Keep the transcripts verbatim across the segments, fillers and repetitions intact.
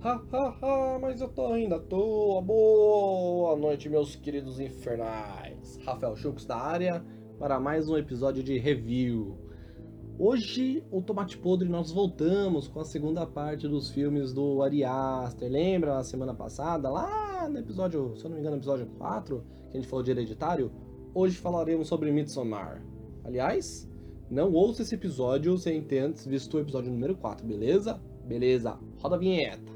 Ha, ha, ha, mas eu tô ainda tô. Boa noite, meus queridos infernais. Rafael Chux da área para mais um episódio de review. Hoje, o Tomate Podre, nós voltamos com a segunda parte dos filmes do Ari Aster. Lembra na semana passada, lá no episódio, se eu não me engano, episódio quatro, que a gente falou de Hereditário? Hoje falaremos sobre Midsommar. Aliás, não ouça esse episódio sem ter antes visto o episódio número quatro, beleza? Beleza, roda a vinheta.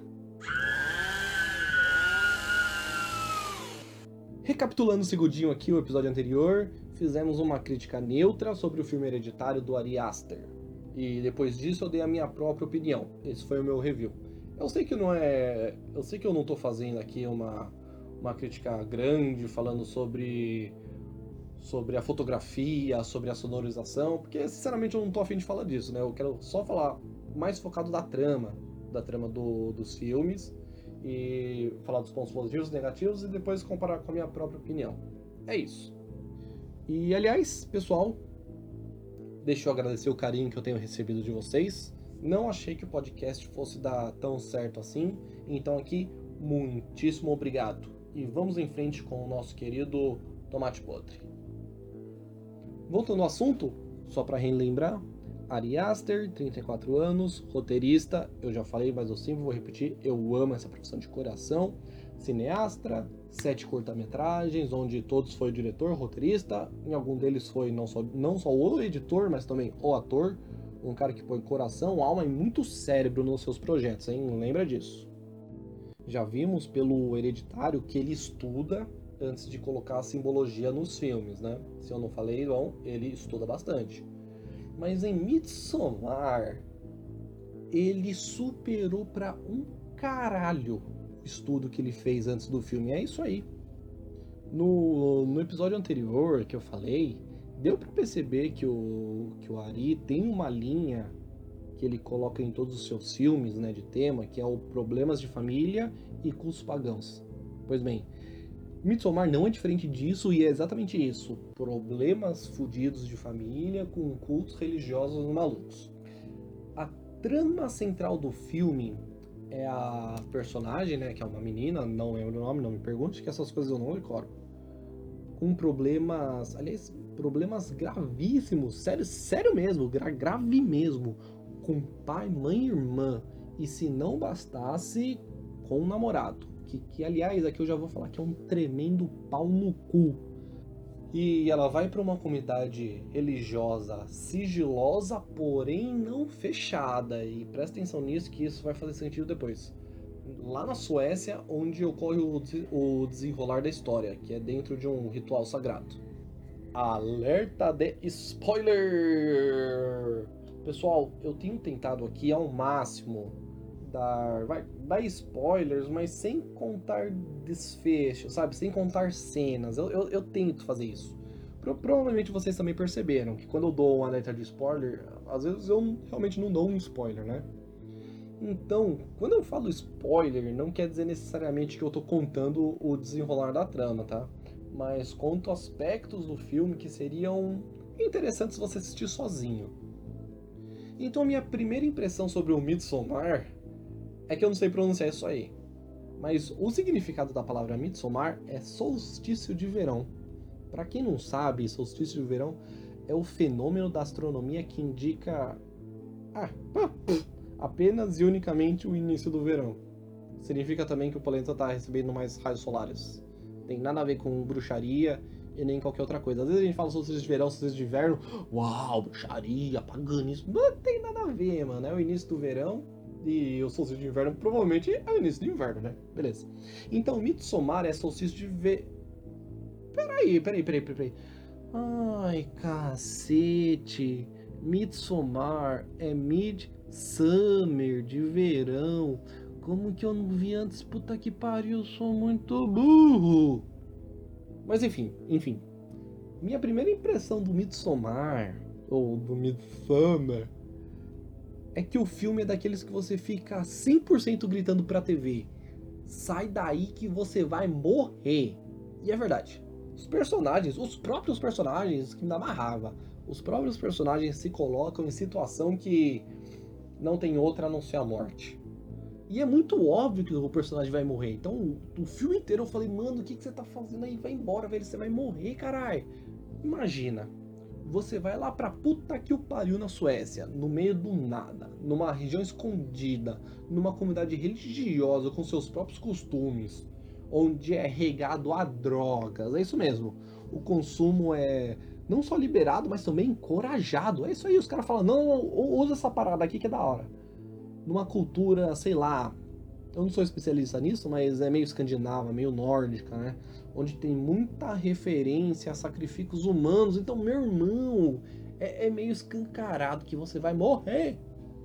Recapitulando o segundinho aqui, o episódio anterior, fizemos uma crítica neutra sobre o filme Hereditário do Ari Aster. E depois disso eu dei a minha própria opinião. Esse foi o meu review. Eu sei que não é, eu sei que eu não estou fazendo aqui uma uma crítica grande falando sobre sobre a fotografia, sobre a sonorização, porque sinceramente eu não tô afim de falar disso, né? Eu quero só falar mais focado da trama, da trama do, dos filmes, e falar dos pontos positivos e negativos e depois comparar com a minha própria opinião. É isso. E aliás, pessoal, deixa eu agradecer o carinho que eu tenho recebido de vocês. Não achei que o podcast fosse dar tão certo assim, então aqui, muitíssimo obrigado. E vamos em frente com o nosso querido Tomate Podre. Voltando ao assunto, só para relembrar, Ari Aster, trinta e quatro anos, roteirista, eu já falei, mas eu sempre vou repetir, eu amo essa profissão de coração, cineasta, sete curta-metragens, onde todos foi diretor, roteirista, em algum deles foi não só, não só o editor, mas também o ator, um cara que põe coração, alma e muito cérebro nos seus projetos, hein? Lembra disso. Já vimos pelo Hereditário que ele estuda antes de colocar a simbologia nos filmes, né? Se eu não falei, bom, ele estuda bastante. Mas em Midsommar, ele superou pra um caralho o estudo que ele fez antes do filme. É isso aí. No, no episódio anterior que eu falei, deu pra perceber que o, que o Ari tem uma linha que ele coloca em todos os seus filmes, né, de tema, que é o problemas de família e cultos pagãos. Pois bem, Midsommar não é diferente disso e é exatamente isso. Problemas fudidos de família com cultos religiosos malucos. A trama central do filme é a personagem, né, que é uma menina, não lembro o nome, não me pergunte, que essas coisas eu não decoro. Com problemas, aliás, problemas gravíssimos, sério, sério mesmo, gra grave mesmo, com pai, mãe e irmã. E se não bastasse, com um namorado. Que, que, aliás, aqui eu já vou falar que é um tremendo pau no cu. E ela vai para uma comunidade religiosa sigilosa, porém não fechada. E presta atenção nisso, que isso vai fazer sentido depois. Lá na Suécia, onde ocorre o, o desenrolar da história, que é dentro de um ritual sagrado. Alerta de spoiler! Pessoal, eu tenho tentado aqui ao máximo dar, vai, dar spoilers, mas sem contar desfechos, sabe? Sem contar cenas. Eu, eu, eu tento fazer isso. Pro, provavelmente vocês também perceberam que quando eu dou um alerta de spoiler, às vezes eu realmente não dou um spoiler, né? Então, quando eu falo spoiler, não quer dizer necessariamente que eu tô contando o desenrolar da trama, tá? Mas conto aspectos do filme que seriam interessantes você assistir sozinho. Então, a minha primeira impressão sobre o Midsommar é que eu não sei pronunciar isso aí. Mas o significado da palavra Midsommar é solstício de verão. Para quem não sabe, solstício de verão é o fenômeno da astronomia que indica ah, apenas e unicamente o início do verão. Significa também que o planeta está recebendo mais raios solares. Tem nada a ver com bruxaria e nem qualquer outra coisa. Às vezes a gente fala solstício de verão, solstício de inverno, uau, bruxaria, paganismo. Não tem nada a ver, mano. É o início do verão e o solstício de inverno provavelmente é o início do inverno, né? Beleza. Então, Midsommar é solstício de ver. Peraí, peraí, peraí, peraí. Ai, cacete. Midsommar é Midsummer, de verão. Como que eu não vi antes? Puta que pariu, eu sou muito burro. Mas enfim, enfim. Minha primeira impressão do Midsommar, ou do Midsummer, é que o filme é daqueles que você fica cem por cento gritando pra T V. Sai daí que você vai morrer. E é verdade. Os personagens, os próprios personagens, que me dá uma raiva, os próprios personagens se colocam em situação que não tem outra a não ser a morte. E é muito óbvio que o personagem vai morrer. Então, o, o filme inteiro eu falei, mano, o que, que você tá fazendo aí? Vai embora, velho, você vai morrer, caralho. Imagina, você vai lá pra puta que o pariu na Suécia, no meio do nada, numa região escondida, numa comunidade religiosa com seus próprios costumes, onde é regado a drogas. É isso mesmo. O consumo é não só liberado, mas também encorajado. É isso aí, os caras falam, não, usa essa parada aqui que é da hora. Numa cultura, sei lá, eu não sou especialista nisso, mas é meio escandinava, meio nórdica, né? Onde tem muita referência a sacrifícios humanos. Então, meu irmão, é, é meio escancarado que você vai morrer.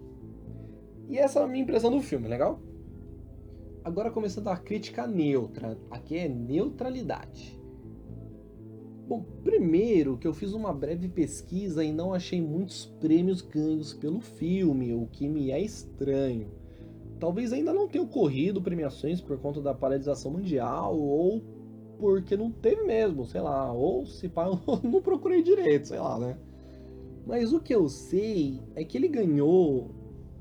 E essa é a minha impressão do filme, legal? Agora começando a crítica neutra. Aqui é neutralidade. Bom, primeiro que eu fiz uma breve pesquisa e não achei muitos prêmios ganhos pelo filme, o que me é estranho. Talvez ainda não tenha ocorrido premiações por conta da paralisação mundial, ou porque não teve mesmo, sei lá, ou se pá, eu não procurei direito, sei lá, né? Mas o que eu sei é que ele ganhou,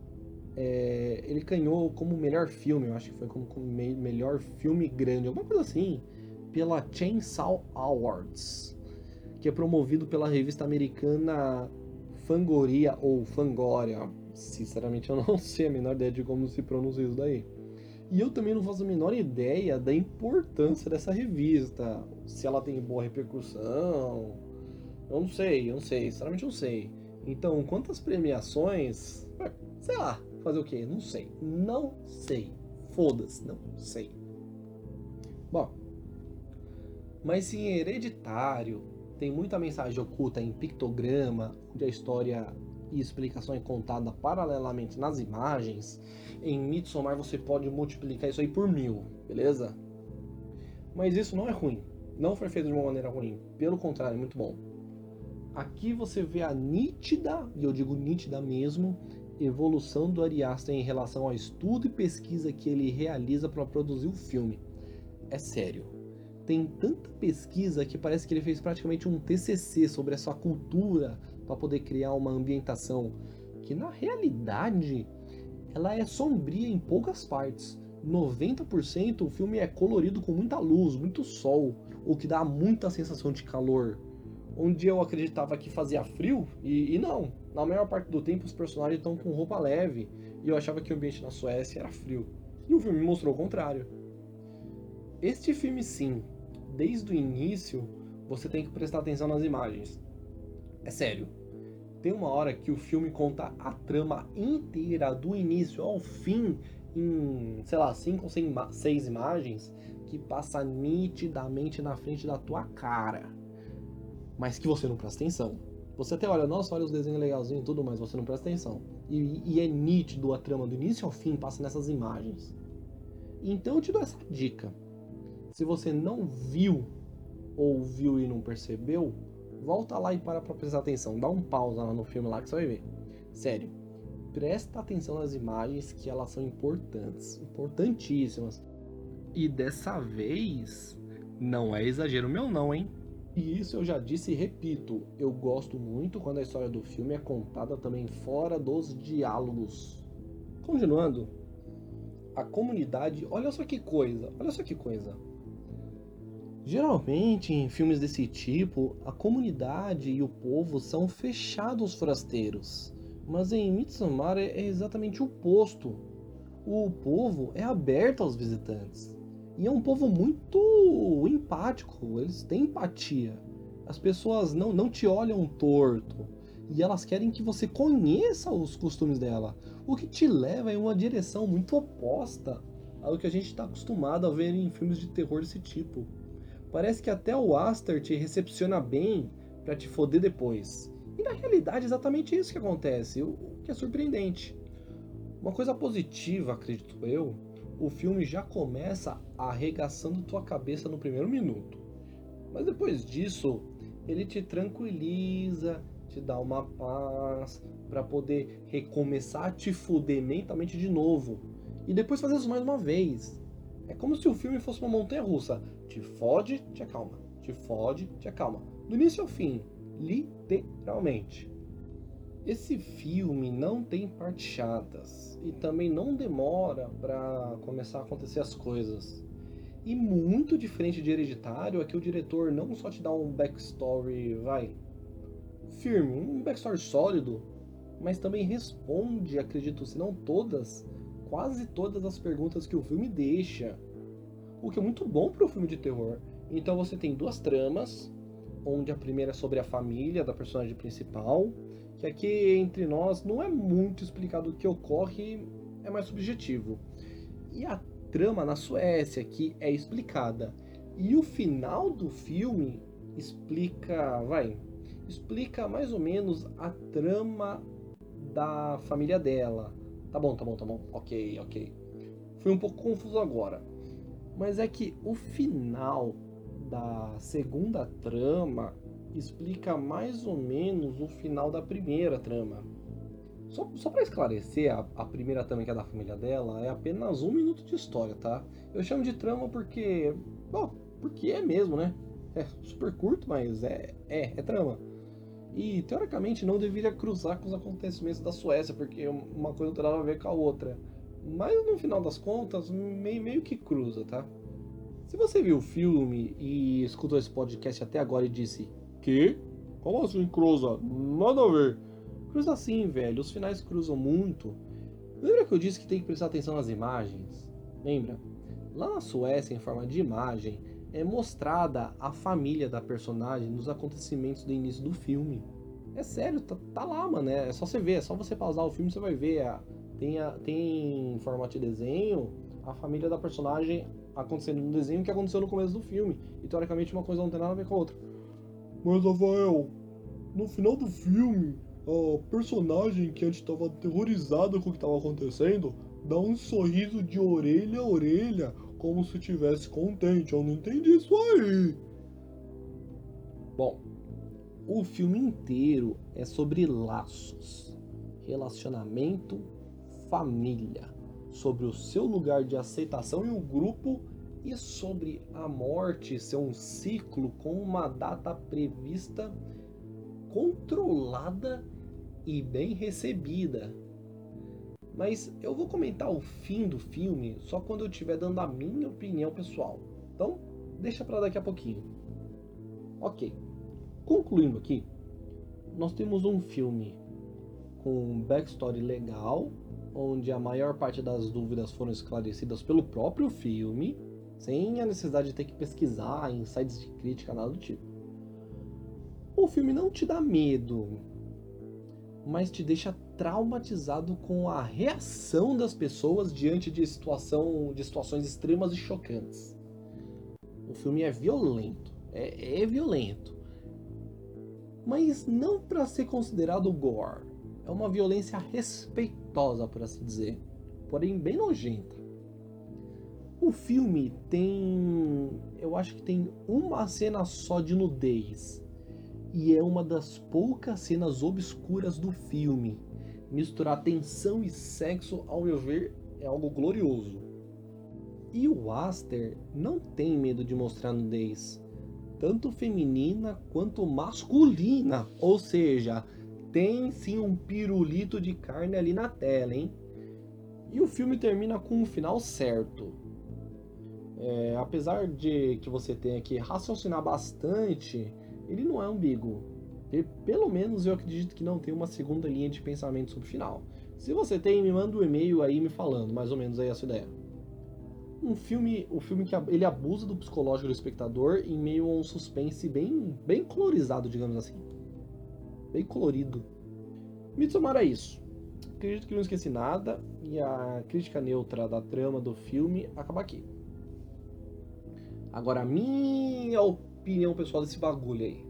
é, ele ganhou como melhor filme, eu acho que foi como, como me, melhor filme grande, alguma coisa assim, pela Chainsaw Awards, que é promovido pela revista americana Fangoria ou Fangoria. Sinceramente, eu não sei a menor ideia de como se pronuncia isso daí. E eu também não faço a menor ideia da importância dessa revista. Se ela tem boa repercussão. Eu não sei, eu não sei. Sinceramente, eu não sei. Então, quantas premiações... Sei lá, fazer o quê? Não sei. Não sei. Foda-se, não sei. Bom, mas se em Hereditário tem muita mensagem oculta em pictograma, onde a história e explicação é contada paralelamente nas imagens, em Midsommar você pode multiplicar isso aí por mil, beleza? Mas isso não é ruim, não foi feito de uma maneira ruim, pelo contrário, é muito bom. Aqui você vê a nítida, e eu digo nítida mesmo, evolução do Ari Aster em relação ao estudo e pesquisa que ele realiza para produzir o filme. É sério. Tem tanta pesquisa que parece que ele fez praticamente um T C C sobre essa cultura para poder criar uma ambientação que na realidade ela é sombria em poucas partes. noventa por cento o filme é colorido com muita luz, muito sol, o que dá muita sensação de calor. Onde eu acreditava que fazia frio, e, e não, na maior parte do tempo os personagens estão com roupa leve, e eu achava que o ambiente na Suécia era frio. E o filme mostrou o contrário. Este filme sim, desde o início, você tem que prestar atenção nas imagens. É sério. Tem uma hora que o filme conta a trama inteira, do início ao fim, em, sei lá, cinco ou seis imagens, que passa nitidamente na frente da tua cara. Mas que você não presta atenção. Você até olha, nossa, olha os desenhos legalzinhos e tudo, mas você não presta atenção. E, e é nítido a trama do início ao fim, passa nessas imagens. Então eu te dou essa dica. Se você não viu, ou viu e não percebeu, volta lá e para pra prestar atenção. Dá um pausa lá no filme lá que você vai ver. Sério, presta atenção nas imagens que elas são importantes. Importantíssimas. E dessa vez, não é exagero meu não, hein? E isso eu já disse e repito. Eu gosto muito quando a história do filme é contada também fora dos diálogos. Continuando. A comunidade... Olha só que coisa. Olha só que coisa. Geralmente, em filmes desse tipo, a comunidade e o povo são fechados aos forasteiros. Mas em Midsommar é exatamente o oposto. O povo é aberto aos visitantes. E é um povo muito empático, eles têm empatia. As pessoas não, não te olham torto. E elas querem que você conheça os costumes dela. O que te leva em uma direção muito oposta ao que a gente está acostumado a ver em filmes de terror desse tipo. Parece que até o Aster te recepciona bem pra te foder depois. E na realidade é exatamente isso que acontece, o que é surpreendente. Uma coisa positiva, acredito eu, o filme já começa arregaçando tua cabeça no primeiro minuto. Mas depois disso, ele te tranquiliza, te dá uma paz pra poder recomeçar a te foder mentalmente de novo. E depois fazer isso mais uma vez. É como se o filme fosse uma montanha-russa. Te fode, te acalma. Te fode, te acalma. Do início ao fim. Literalmente. Esse filme não tem partes chatas e também não demora pra começar a acontecer as coisas. E muito diferente de Hereditário é que o diretor não só te dá um backstory, vai, firme, um backstory sólido, mas também responde, acredito, se não todas, quase todas as perguntas que o filme deixa. O que é muito bom para um filme de terror. Então você tem duas tramas, onde a primeira é sobre a família da personagem principal, que aqui entre nós não é muito explicado o que ocorre, é mais subjetivo. E a trama na Suécia que é explicada. E o final do filme explica, vai, explica mais ou menos a trama da família dela. Tá bom, tá bom, tá bom. Ok, ok. Fui um pouco confuso agora. Mas é que o final da segunda trama explica mais ou menos o final da primeira trama. Só, só para esclarecer, a, a primeira trama que é da família dela é apenas um minuto de história, tá? Eu chamo de trama porque... Bom, porque é mesmo, né? É super curto, mas é, é, é trama. E, teoricamente, não deveria cruzar com os acontecimentos da Suécia, porque uma coisa não tem nada a ver com a outra. Mas, no final das contas, meio, meio que cruza, tá? Se você viu o filme e escutou esse podcast até agora e disse que? Como assim cruza? Nada a ver. Cruza sim, velho. Os finais cruzam muito. Lembra que eu disse que tem que prestar atenção nas imagens? Lembra? Lá na Suécia, em forma de imagem, é mostrada a família da personagem nos acontecimentos do início do filme. É sério, tá, tá lá, mano. É só você ver, é só você pausar o filme, você vai ver. A, tem, a, tem em formato de desenho a família da personagem acontecendo no desenho que aconteceu no começo do filme. E teoricamente uma coisa não tem nada a ver com a outra. Mas, Rafael, no final do filme, a personagem que antes estava aterrorizada com o que estava acontecendo dá um sorriso de orelha a orelha, como se estivesse contente. Eu não entendi isso aí. Bom, o filme inteiro é sobre laços, relacionamento, família, sobre o seu lugar de aceitação em um grupo e sobre a morte ser um ciclo com uma data prevista, controlada e bem recebida. Mas eu vou comentar o fim do filme só quando eu estiver dando a minha opinião pessoal. Então, deixa pra daqui a pouquinho. Ok, concluindo aqui, nós temos um filme com um backstory legal, onde a maior parte das dúvidas foram esclarecidas pelo próprio filme, sem a necessidade de ter que pesquisar em sites de crítica, nada do tipo. O filme não te dá medo, mas te deixa traumatizado com a reação das pessoas diante de, situação, de situações extremas e chocantes. O filme é violento, é, é violento, mas não para ser considerado gore. É uma violência respeitosa, por assim dizer, porém bem nojenta. O filme tem, eu acho que tem uma cena só de nudez, e é uma das poucas cenas obscuras do filme. Misturar tensão e sexo, ao meu ver, é algo glorioso. E o Aster não tem medo de mostrar nudez, tanto feminina quanto masculina, ou seja, tem sim um pirulito de carne ali na tela, hein? E o filme termina com um final certo. É, apesar de que você tenha que raciocinar bastante, ele não é ambíguo. E, pelo menos eu acredito que não tem uma segunda linha de pensamento sobre o final. Se você tem, me manda um e-mail aí me falando, mais ou menos aí a sua ideia. Um filme, o filme que ele abusa do psicológico do espectador em meio a um suspense bem, bem colorizado, digamos assim. Bem colorido. Midsommar é isso. Acredito que não esqueci nada e a crítica neutra da trama do filme acaba aqui. Agora, a minha opinião pessoal desse bagulho aí.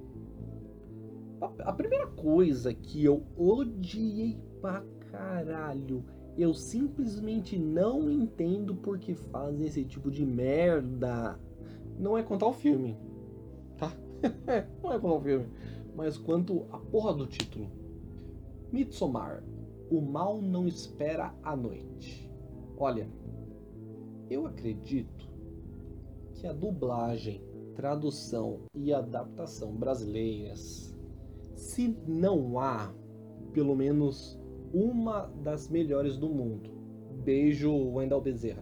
A primeira coisa que eu odiei pra caralho, eu simplesmente não entendo por que fazem esse tipo de merda, não é contar o filme, tá? Não é contar o filme, mas quanto a porra do título. Midsommar, o mal não espera a noite. Olha, eu acredito que a dublagem, tradução e adaptação brasileiras, se não há, pelo menos uma das melhores do mundo. Beijo, Wendell Bezerra.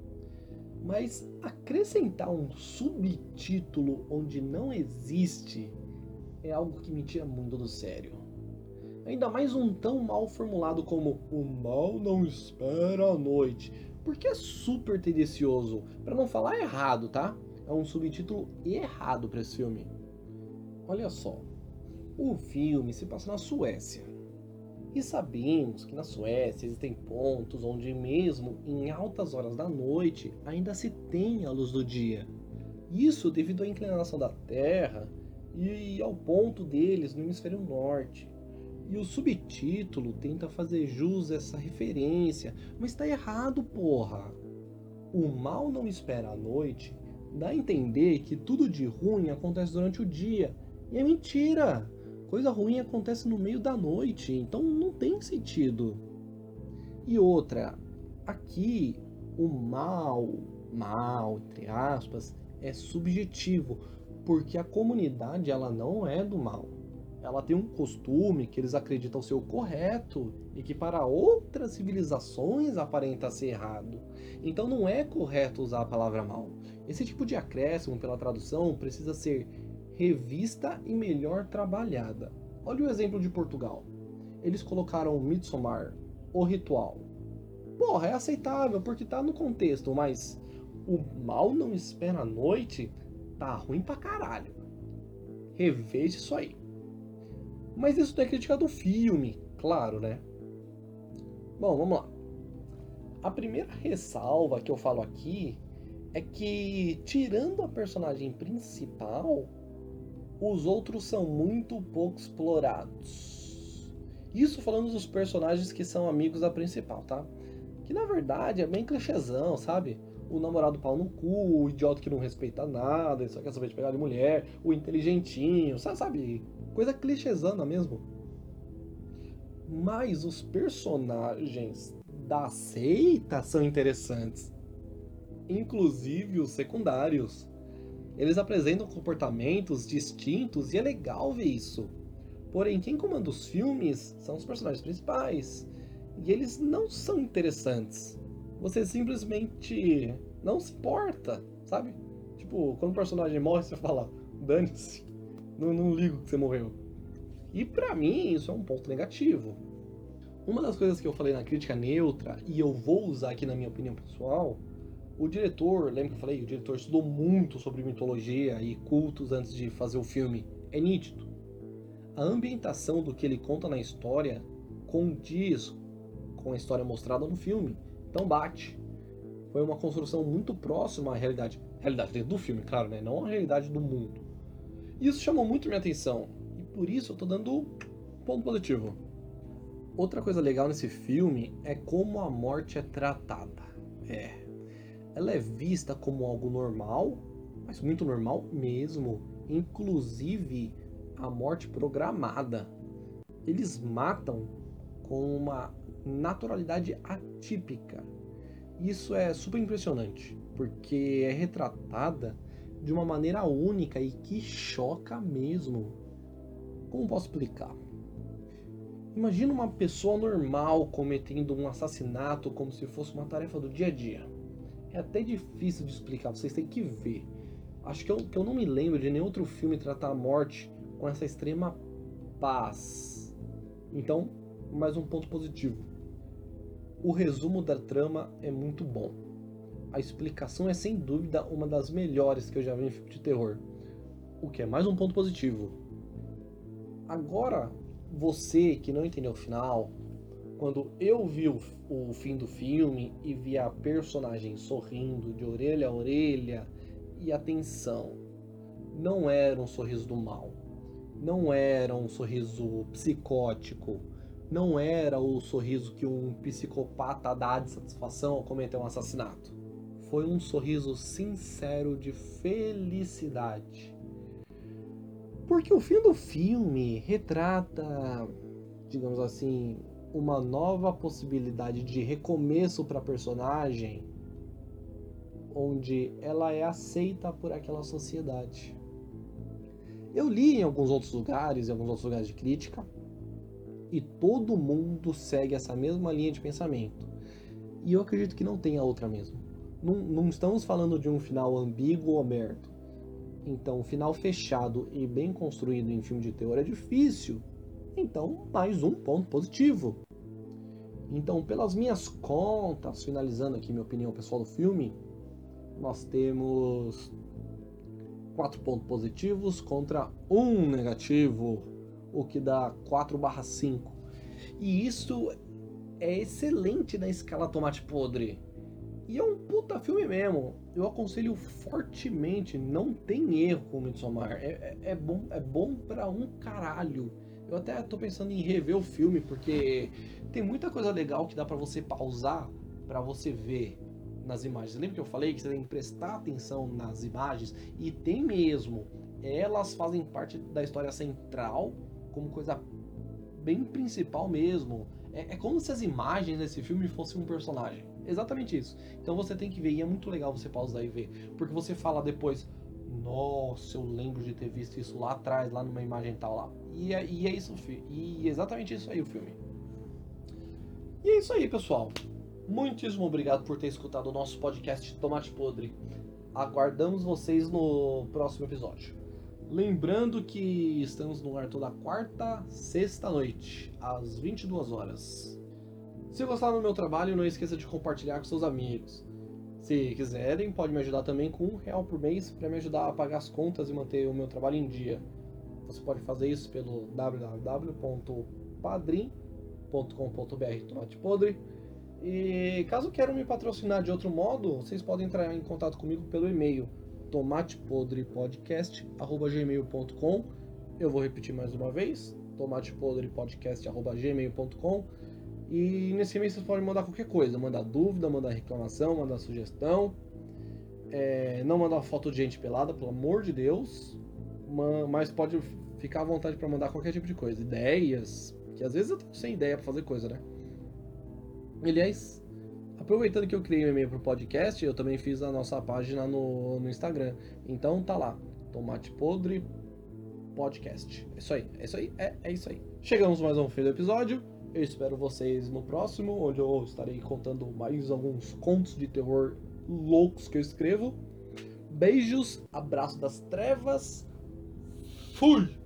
Mas acrescentar um subtítulo onde não existe é algo que me tira muito do sério. Ainda mais um tão mal formulado como "O mal não espera a noite", porque é super tendencioso, pra não falar errado, tá? É um subtítulo errado pra esse filme. Olha só, o filme se passa na Suécia. E sabemos que na Suécia existem pontos onde mesmo em altas horas da noite ainda se tem a luz do dia. Isso devido à inclinação da Terra e ao ponto deles no hemisfério norte. E o subtítulo tenta fazer jus a essa referência, mas tá errado, porra. O mal não espera a noite dá a entender que tudo de ruim acontece durante o dia. E é mentira! Coisa ruim acontece no meio da noite, então não tem sentido. E outra, aqui o mal, mal, entre aspas, é subjetivo, porque a comunidade ela não é do mal. Ela tem um costume que eles acreditam ser o correto e que para outras civilizações aparenta ser errado. Então não é correto usar a palavra mal. Esse tipo de acréscimo pela tradução precisa ser revista e melhor trabalhada. Olha o exemplo de Portugal. Eles colocaram Midsommar, o ritual. Porra, é aceitável porque tá no contexto, mas o mal não espera a noite tá ruim pra caralho. Reveja isso aí. Mas isso não é crítica do filme, claro, né? Bom, vamos lá. A primeira ressalva que eu falo aqui é que, tirando a personagem principal, os outros são muito pouco explorados. Isso falando dos personagens que são amigos da principal, tá? Que na verdade é bem clichêzão, sabe? O namorado pau no cu, o idiota que não respeita nada, só quer saber de pegar de mulher, o inteligentinho, sabe? Coisa clichêzana mesmo. Mas os personagens da seita são interessantes. Inclusive os secundários. Eles apresentam comportamentos distintos e é legal ver isso. Porém, quem comanda os filmes são os personagens principais. E eles não são interessantes. Você simplesmente não se importa, sabe? Tipo, quando o personagem morre, você fala, dane-se, não, não ligo que você morreu. E pra mim, isso é um ponto negativo. Uma das coisas que eu falei na crítica neutra, e eu vou usar aqui na minha opinião pessoal, o diretor, lembra que eu falei? O diretor estudou muito sobre mitologia e cultos antes de fazer o filme. É nítido. A ambientação do que ele conta na história condiz com a história mostrada no filme. Então bate. Foi uma construção muito próxima à realidade. Realidade dentro do filme, claro, né? Não a realidade do mundo. E isso chamou muito minha atenção. E por isso eu tô dando ponto positivo. Outra coisa legal nesse filme é como a morte é tratada. É. Ela é vista como algo normal, mas muito normal mesmo. Inclusive a morte programada. Eles matam com uma naturalidade atípica. Isso é super impressionante, porque é retratada de uma maneira única e que choca mesmo. Como posso explicar? Imagina uma pessoa normal cometendo um assassinato como se fosse uma tarefa do dia a dia. É até difícil de explicar, vocês têm que ver. Acho que eu, que eu não me lembro de nenhum outro filme tratar a morte com essa extrema paz. Então, mais um ponto positivo. O resumo da trama é muito bom. A explicação é sem dúvida uma das melhores que eu já vi em filme de terror. O que é mais um ponto positivo. Agora, você que não entendeu o final, quando eu vi o, o fim do filme e vi a personagem sorrindo de orelha a orelha, e atenção, não era um sorriso do mal. Não era um sorriso psicótico. Não era o sorriso que um psicopata dá de satisfação ao cometer um assassinato. Foi um sorriso sincero de felicidade. Porque o fim do filme retrata, digamos assim, uma nova possibilidade de recomeço para a personagem, onde ela é aceita por aquela sociedade. Eu li em alguns outros lugares, em alguns outros lugares de crítica, e todo mundo segue essa mesma linha de pensamento. E eu acredito que não tenha outra mesmo. Não, não estamos falando de um final ambíguo ou aberto. Então, um final fechado e bem construído em filme de terror é difícil. Então, mais um ponto positivo. Então, pelas minhas contas, finalizando aqui minha opinião pessoal do filme, nós temos quatro pontos positivos contra um negativo, o que dá quatro barra cinco. E isso é excelente na escala tomate podre. E é um puta filme mesmo. Eu aconselho fortemente, não tem erro com o Midsommar. É, é, é bom, é bom pra um caralho. Eu até tô pensando em rever o filme, porque tem muita coisa legal que dá pra você pausar pra você ver nas imagens. Lembra que eu falei que você tem que prestar atenção nas imagens? E tem mesmo. Elas fazem parte da história central, como coisa bem principal mesmo. É, é como se as imagens desse filme fossem um personagem. Exatamente isso. Então você tem que ver, e é muito legal você pausar e ver. Porque você fala depois, nossa, eu lembro de ter visto isso lá atrás, lá numa imagem tal lá. E é, e é isso, e é exatamente isso aí o filme. E é isso aí, pessoal. Muitíssimo obrigado por ter escutado o nosso podcast Tomate Podre. Aguardamos vocês no próximo episódio. Lembrando que estamos no ar toda quarta, sexta noite, às vinte e duas horas. Se gostaram do meu trabalho, não esqueça de compartilhar com seus amigos. Se quiserem, pode me ajudar também com um real por mês para me ajudar a pagar as contas e manter o meu trabalho em dia. Você pode fazer isso pelo w w w ponto padrim ponto com ponto b r Tomate Podre. E caso queiram me patrocinar de outro modo, vocês podem entrar em contato comigo pelo e-mail tomatepodrepodcast arroba gmail ponto com. Eu vou repetir mais uma vez, tomatepodrepodcast arroba gmail ponto com. E nesse e-mail vocês podem mandar qualquer coisa, mandar dúvida, mandar reclamação, mandar sugestão. É, não mandar foto de gente pelada, pelo amor de Deus. Mas pode ficar à vontade para mandar qualquer tipo de coisa. Ideias, que às vezes eu tô sem ideia para fazer coisa, né? Aliás, aproveitando que eu criei um e-mail pro podcast, eu também fiz a nossa página no, no Instagram. Então tá lá, Tomate Podre Podcast. É isso aí, é isso aí, é, é isso aí. Chegamos mais a um fim do episódio. Eu espero vocês no próximo, onde eu estarei contando mais alguns contos de terror loucos que eu escrevo. Beijos, abraço das trevas. Fui!